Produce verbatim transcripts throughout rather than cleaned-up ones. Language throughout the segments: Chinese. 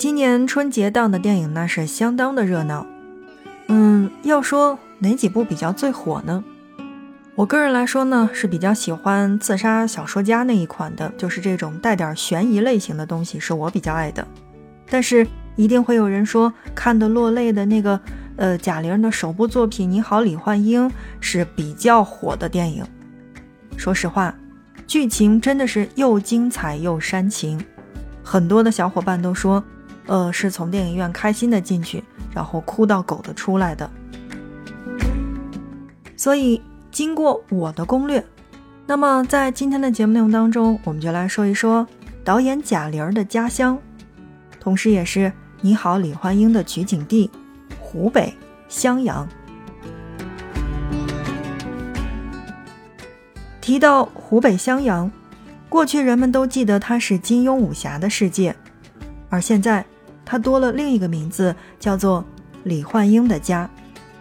今年春节档的电影那是相当的热闹。嗯，要说哪几部比较最火呢？我个人来说呢，是比较喜欢刺杀小说家那一款的，就是这种带点悬疑类型的东西是我比较爱的。但是一定会有人说看得落泪的那个呃贾玲的首部作品《你好，李焕英》是比较火的电影。说实话，剧情真的是又精彩又煽情，很多的小伙伴都说呃，是从电影院开心的进去，然后哭到狗的出来的。所以经过我的攻略，那么在今天的节目内容当中，我们就来说一说导演贾玲的家乡，同时也是《你好，李焕英》的取景地湖北襄阳。提到湖北襄阳，过去人们都记得它是金庸武侠的世界，而现在它多了另一个名字，叫做李焕英的家。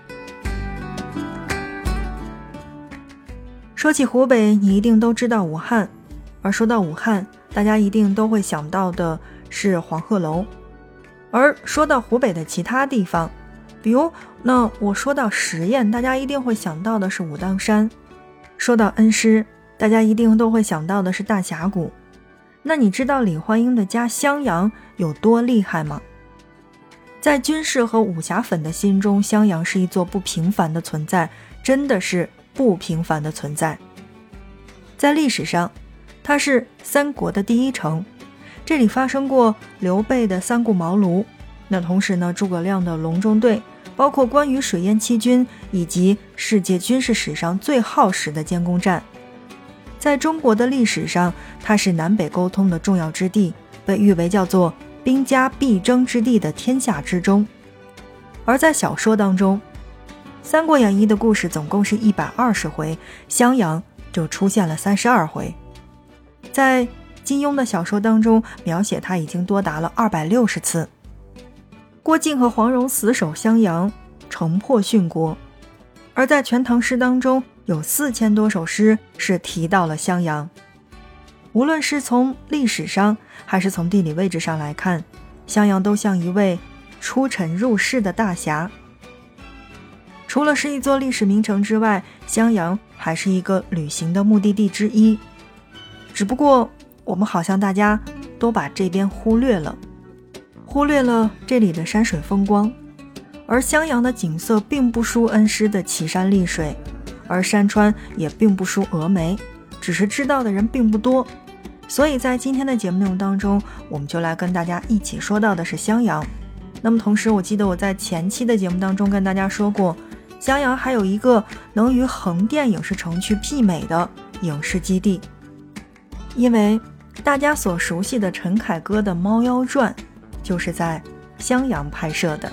说起湖北，你一定都知道武汉，而说到武汉，大家一定都会想到的是黄鹤楼。而说到湖北的其他地方，比如那我说到十堰，大家一定会想到的是武当山；说到恩施，大家一定都会想到的是大峡谷。那你知道李焕英的家襄阳有多厉害吗？在军事和武侠粉的心中，襄阳是一座不平凡的存在，真的是不平凡的存在。在历史上，它是三国的第一城，这里发生过刘备的三顾茅庐，那同时呢，诸葛亮的隆中对，包括关羽水淹七军，以及世界军事史上最耗时的监工战。在中国的历史上，它是南北沟通的重要之地，被誉为叫做兵家必争之地的天下之中。而在小说当中，《三国演义》的故事总共是一百二十回，襄阳就出现了三十二回。在金庸的小说当中，描写它已经多达了二百六十次。郭靖和黄蓉死守襄阳，城破殉国。而在《全唐诗》当中，有四千多首诗是提到了襄阳。无论是从历史上还是从地理位置上来看，襄阳都像一位出尘入世的大侠。除了是一座历史名城之外，襄阳还是一个旅行的目的地之一。只不过我们好像大家都把这边忽略了，忽略了这里的山水风光。而襄阳的景色并不输恩施的奇山丽水，而山川也并不输峨眉，只是知道的人并不多。所以在今天的节目内容当中，我们就来跟大家一起说到的是襄阳。那么同时，我记得我在前期的节目当中跟大家说过，襄阳还有一个能与横店影视城去媲美的影视基地，因为大家所熟悉的陈凯歌的《猫妖传》就是在襄阳拍摄的。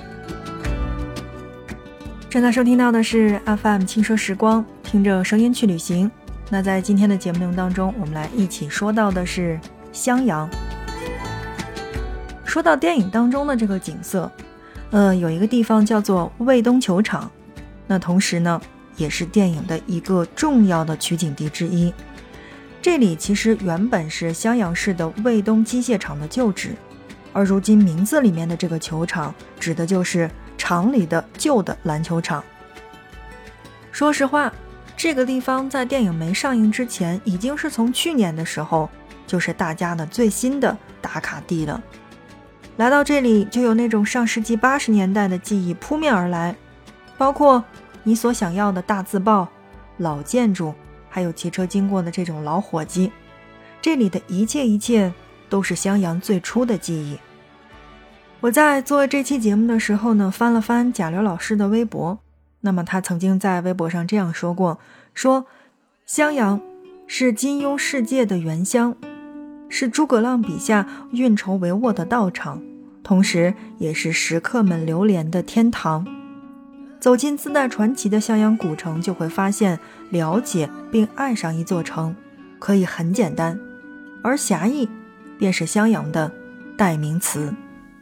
正在收听到的是 F M 轻奢时光，听着声音去旅行。那在今天的节目内容当中，我们来一起说到的是襄阳。说到电影当中的这个景色，呃，有一个地方叫做卫东球场，那同时呢，也是电影的一个重要的取景地之一。这里其实原本是襄阳市的卫东机械厂的旧址，而如今名字里面的这个球场指的就是厂里的旧的篮球场。说实话，这个地方在电影没上映之前，已经是从去年的时候就是大家的最新的打卡地了。来到这里，就有那种上世纪八十年代的记忆扑面而来，包括你所想要的大字报、老建筑，还有骑车经过的这种老伙计。这里的一切一切都是襄阳最初的记忆。我在做这期节目的时候呢，翻了翻贾刘老师的微博，那么他曾经在微博上这样说过，说襄阳是金庸世界的原乡，是诸葛亮笔下运筹帷幄的道场，同时也是食客们流连的天堂。走进自带传奇的襄阳古城，就会发现了解并爱上一座城可以很简单，而侠义便是襄阳的代名词。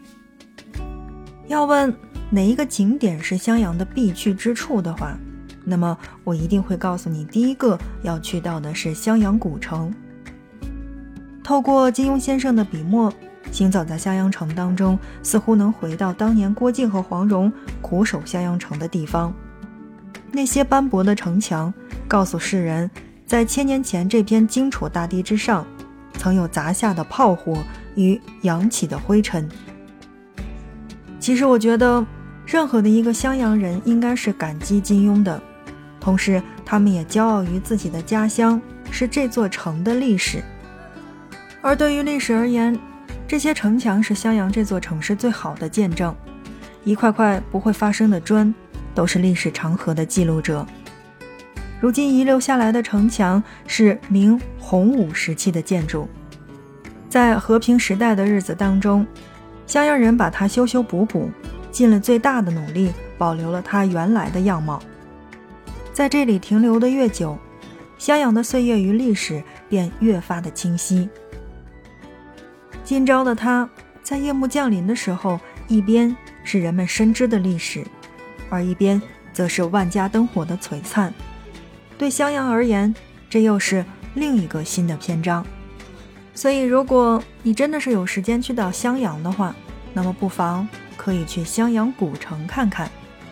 要问哪一个景点是襄阳的必去之处的话，那么我一定会告诉你，第一个要去到的是襄阳古城。透过金庸先生的笔墨， 行走在襄阳城当中，似乎能回到当年郭靖和黄蓉苦守襄阳城的地方。那些斑驳的城墙告诉世人，在千年前这片荆楚大地之上，曾有砸下的炮火与扬起的灰尘。其实我觉得任何的一个襄阳人应该是感激金庸的，同时他们也骄傲于自己的家乡是这座城的历史。而对于历史而言，这些城墙是襄阳这座城市最好的见证，一块块不会发生的砖都是历史长河的记录者。如今遗留下来的城墙是明洪武时期的建筑，在和平时代的日子当中，襄阳人把它修修补补，尽了最大的努力，保留了它原来的样貌。在这里停留的越久，襄阳的岁月与历史便越发的清晰。今朝的它在夜幕降临的时候，一边是人们深知的历史，而一边则是万家灯火的璀璨。对襄阳而言，这又是另一个新的篇章。所以如果你真的是有时间去到襄阳的话，那么不妨可以去襄阳古城看看。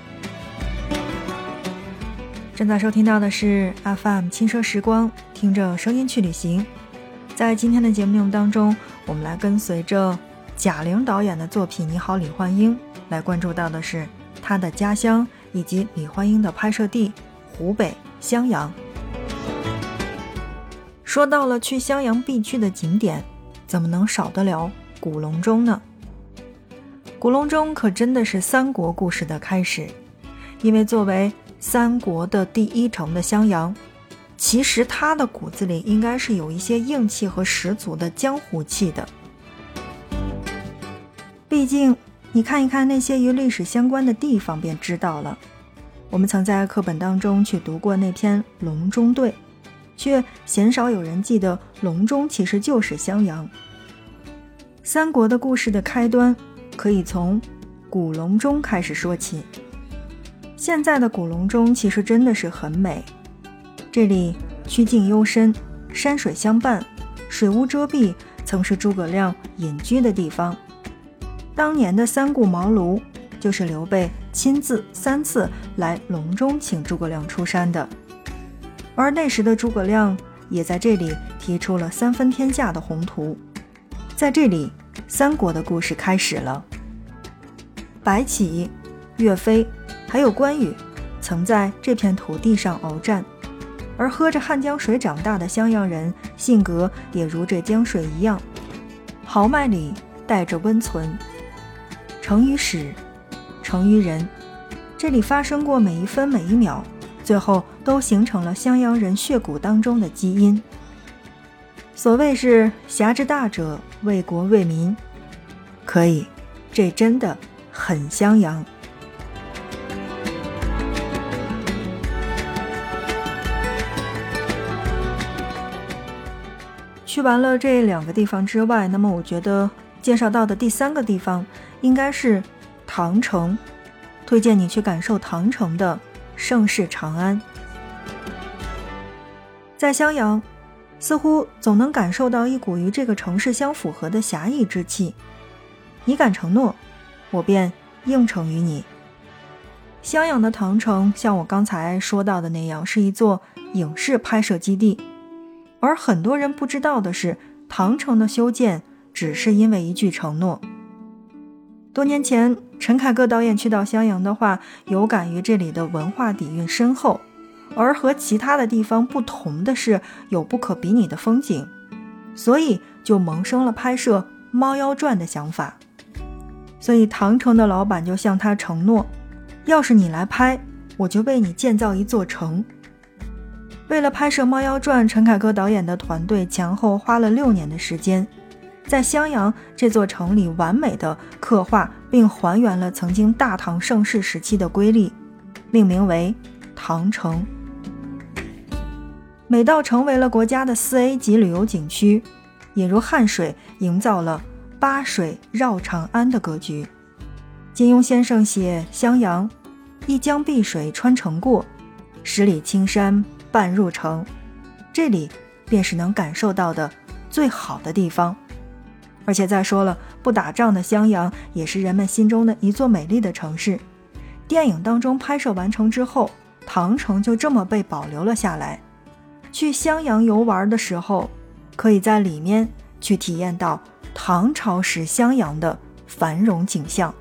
正在收听到的是 F M 轻奢时光，听着声音去旅行。在今天的节目内容当中，我们来跟随着贾玲导演的作品《你好，李焕英》，来关注到的是她的家乡以及李焕英的拍摄地湖北襄阳。说到了去襄阳必去的景点，怎么能少得了古隆中呢？古隆中可真的是三国故事的开始，因为作为三国的第一城的襄阳，其实它的骨子里应该是有一些硬气和十足的江湖气的。毕竟你看一看那些与历史相关的地方便知道了。我们曾在课本当中去读过那篇隆中对，却鲜少有人记得隆中其实就是襄阳。三国的故事的开端可以从古隆中开始说起。现在的古隆中其实真的是很美，这里曲径幽深，山水相伴，水屋遮蔽，曾是诸葛亮隐居的地方。当年的三顾茅庐就是刘备亲自三次来隆中请诸葛亮出山的，而那时的诸葛亮也在这里提出了三分天下的宏图。在这里，三国的故事开始了。白起、岳飞还有关羽曾在这片土地上鏖战，而喝着汉江水长大的襄阳人性格也如这江水一样，豪迈里带着温存。成于史，成于人，这里发生过每一分每一秒，最后都形成了襄阳人血骨当中的基因。所谓是侠之大者，为国为民，可以，这真的很襄阳。去完了这两个地方之外，那么我觉得介绍到的第三个地方应该是唐城，推荐你去感受唐城的盛世长安。在襄阳，似乎总能感受到一股与这个城市相符合的侠义之气。你敢承诺，我便应承于你。襄阳的唐城像我刚才说到的那样，是一座影视拍摄基地。而很多人不知道的是，唐城的修建只是因为一句承诺。多年前，陈凯歌导演去到襄阳的话，有感于这里的文化底蕴深厚，而和其他的地方不同的是，有不可比拟的风景，所以就萌生了拍摄《猫妖传》的想法。所以唐城的老板就向他承诺，要是你来拍，我就为你建造一座城。为了拍摄《猫妖传》，陈凯歌导演的团队前后花了六年的时间，在襄阳这座城里完美的刻画并还原了曾经大唐盛世时期的瑰丽，命名为唐城。美到成为了国家的 四 A 级旅游景区，也如汉水营造了八水绕长安的格局。金庸先生写襄阳，一江碧水穿城过，十里青山半入城，这里便是能感受到的最好的地方。 而且再说了，不打仗的襄阳也是人们心中的一座美丽的城市。电影当中拍摄完成之后，唐城就这么被保留了下来。去襄阳游玩的时候，可以在里面去体验到唐朝时襄阳的繁荣景象。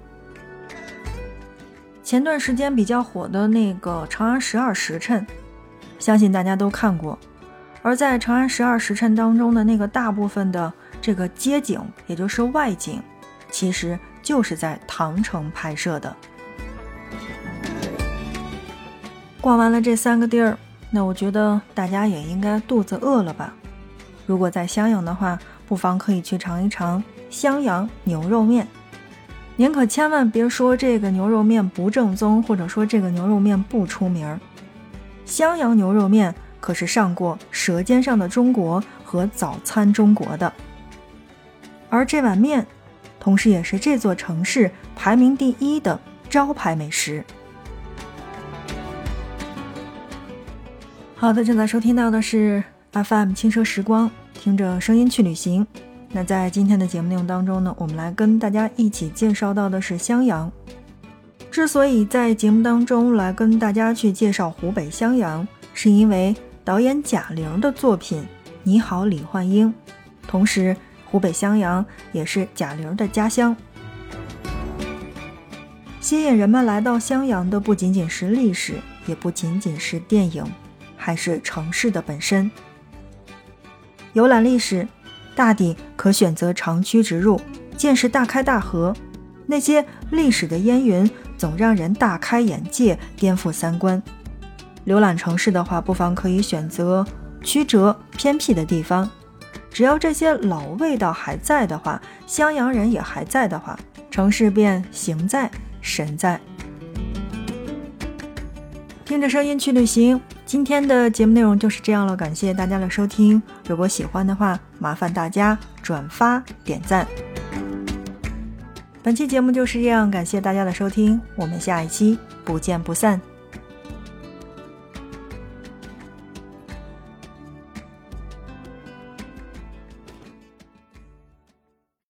前段时间比较火的那个《长安十二时辰》，相信大家都看过。而在《长安十二时辰》当中的那个大部分的这个街景，也就是外景，其实就是在唐城拍摄的。逛完了这三个地儿，那我觉得大家也应该肚子饿了吧。如果在襄阳的话，不妨可以去尝一尝襄阳牛肉面。您可千万别说这个牛肉面不正宗，或者说这个牛肉面不出名。襄阳牛肉面可是上过《舌尖上的中国》和《早餐中国》的，而这碗面同时也是这座城市排名第一的招牌美食。好的，正在收听到的是 F M 轻奢时光，听着声音去旅行。那在今天的节目内容当中呢，我们来跟大家一起介绍到的是襄阳。之所以在节目当中来跟大家去介绍湖北襄阳，是因为导演贾玲的作品《你好，李焕英》，同时湖北襄阳也是贾玲的家乡。吸引人们来到襄阳的不仅仅是历史，也不仅仅是电影，还是城市的本身。游览历史，大抵可选择长驱直入，见识大开大合，那些历史的烟云总让人大开眼界，颠覆三观。浏览城市的话，不妨可以选择曲折偏僻的地方，只要这些老味道还在的话，襄阳人也还在的话，城市便形在神在。听着声音去旅行，今天的节目内容就是这样了，感谢大家的收听。如果喜欢的话，麻烦大家转发点赞。本期节目就是这样，感谢大家的收听，我们下一期不见不散。